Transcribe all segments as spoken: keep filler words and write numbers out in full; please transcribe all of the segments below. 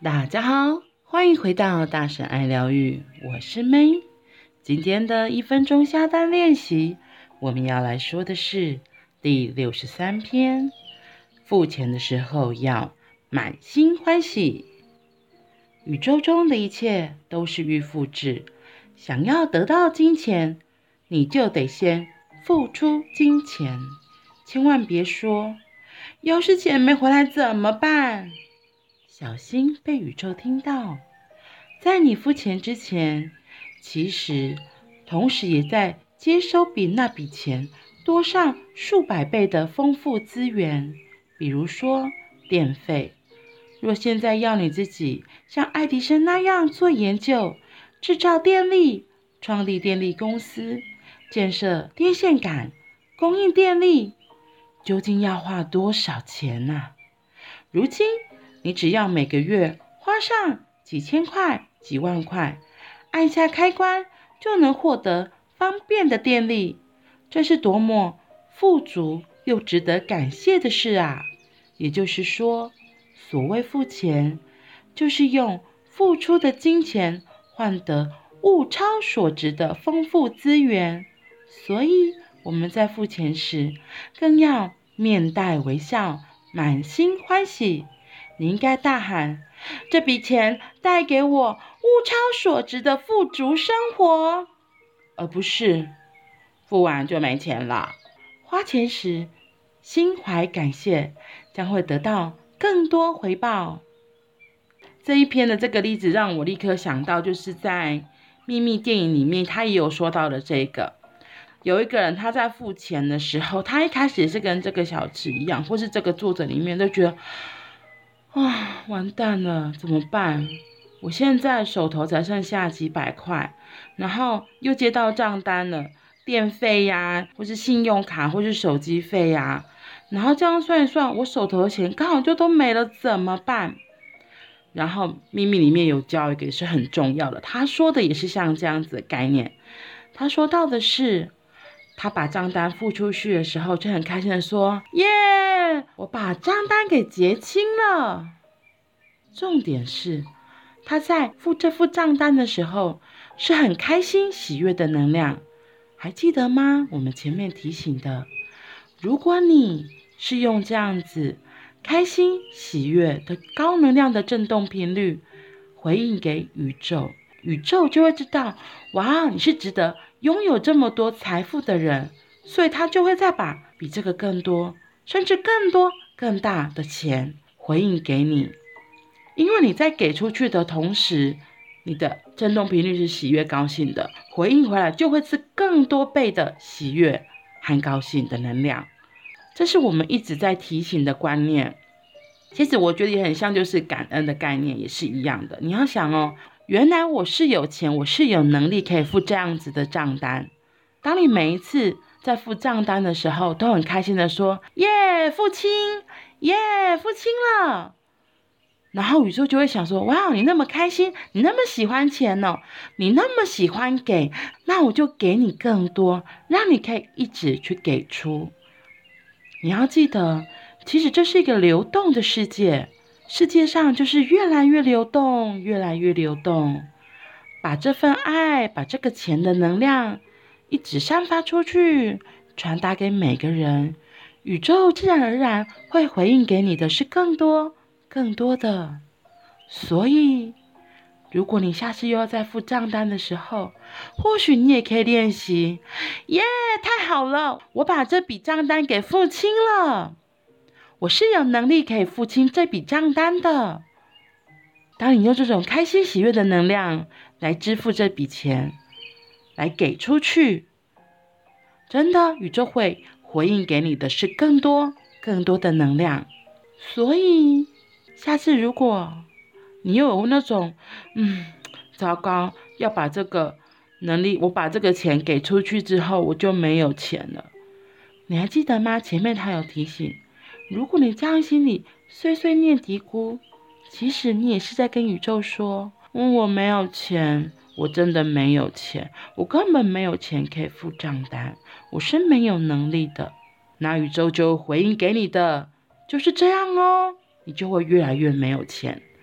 大家好，欢迎回到大神爱疗愈，我是 May。今天的一分钟下单练习，我们要来说的是第六十三篇，付钱的时候要满心欢喜。宇宙中的一切都是预付制，想要得到金钱，你就得先付出金钱，千万别说要是钱没回来怎么办，小心被宇宙听到。在你付钱之前，其实同时也在接收比那笔钱多上数百倍的丰富资源，比如说电费。若现在要你自己像爱迪生那样做研究，制造电力，创立电力公司，建设电线杆，供应电力，究竟要花多少钱啊？如今你只要每个月花上几千块、几万块，按下开关就能获得方便的电力，这是多么富足又值得感谢的事啊！也就是说，所谓付钱，就是用付出的金钱换得物超所值的丰富资源。所以我们在付钱时，更要面带微笑，满心欢喜。你应该大喊：这笔钱带给我物超所值的富足生活，而不是付完就没钱了。花钱时心怀感谢，将会得到更多回报。这一篇的这个例子让我立刻想到，就是在秘密电影里面他也有说到的这个，有一个人他在付钱的时候，他一开始也是跟这个小池一样，或是这个作者里面都觉得啊，完蛋了，怎么办？我现在手头才剩下几百块，然后又接到账单了，电费呀，或是信用卡，或是手机费呀，然后这样算一算，我手头的钱刚好就都没了，怎么办？然后秘密里面有教一个也是很重要的，他说的也是像这样子的概念。他说到的是，他把账单付出去的时候，就很开心的说：耶，我把账单给结清了。重点是，他在付这副账单的时候，是很开心喜悦的能量。还记得吗？我们前面提醒的，如果你是用这样子开心喜悦的高能量的振动频率回应给宇宙，宇宙就会知道，哇，你是值得拥有这么多财富的人，所以他就会再把比这个更多，甚至更多更大的钱回应给你。因为你在给出去的同时，你的振动频率是喜悦高兴的，回应回来就会是更多倍的喜悦和高兴的能量。这是我们一直在提醒的观念。其实我觉得也很像就是感恩的概念也是一样的。你要想哦，原来我是有钱，我是有能力可以付这样子的账单。当你每一次在付账单的时候都很开心的说，耶，付清，耶，付清了，然后宇宙就会想说，哇，你那么开心，你那么喜欢钱哦，你那么喜欢给，那我就给你更多，让你可以一直去给出。你要记得，其实这是一个流动的世界，世界上就是越来越流动，越来越流动。把这份爱，把这个钱的能量一直散发出去，传达给每个人，宇宙自然而然会回应给你的是更多更多的。所以如果你下次又要再付账单的时候，或许你也可以练习，耶，太好了，我把这笔账单给付清了，我是有能力可以付清这笔账单的。当你用这种开心喜悦的能量来支付这笔钱，来给出去，真的宇宙会回应给你的是更多更多的能量。所以下次如果你又有那种嗯，糟糕，要把这个能力，我把这个钱给出去之后，我就没有钱了。你还记得吗？前面他有提醒，如果你这样心里碎碎念嘀咕，其实你也是在跟宇宙说，嗯，我没有钱，我真的没有钱，我根本没有钱可以付账单，我是没有能力的。那宇宙就回应给你的就是这样哦，你就会越来越没有钱。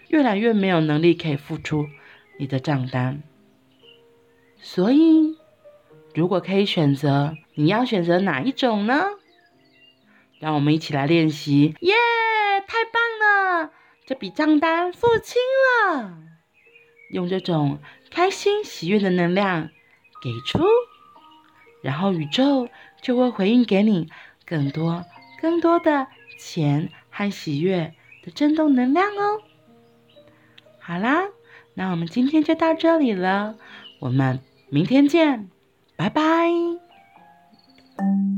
越来越没有能力可以付出你的账单。所以，如果可以选择，你要选择哪一种呢？让我们一起来练习。耶，太棒了！这笔账单付清了。用这种开心喜悦的能量给出，然后宇宙就会回应给你更多更多的钱和喜悦的振动能量哦。好啦，那我们今天就到这里了，我们明天见，拜拜。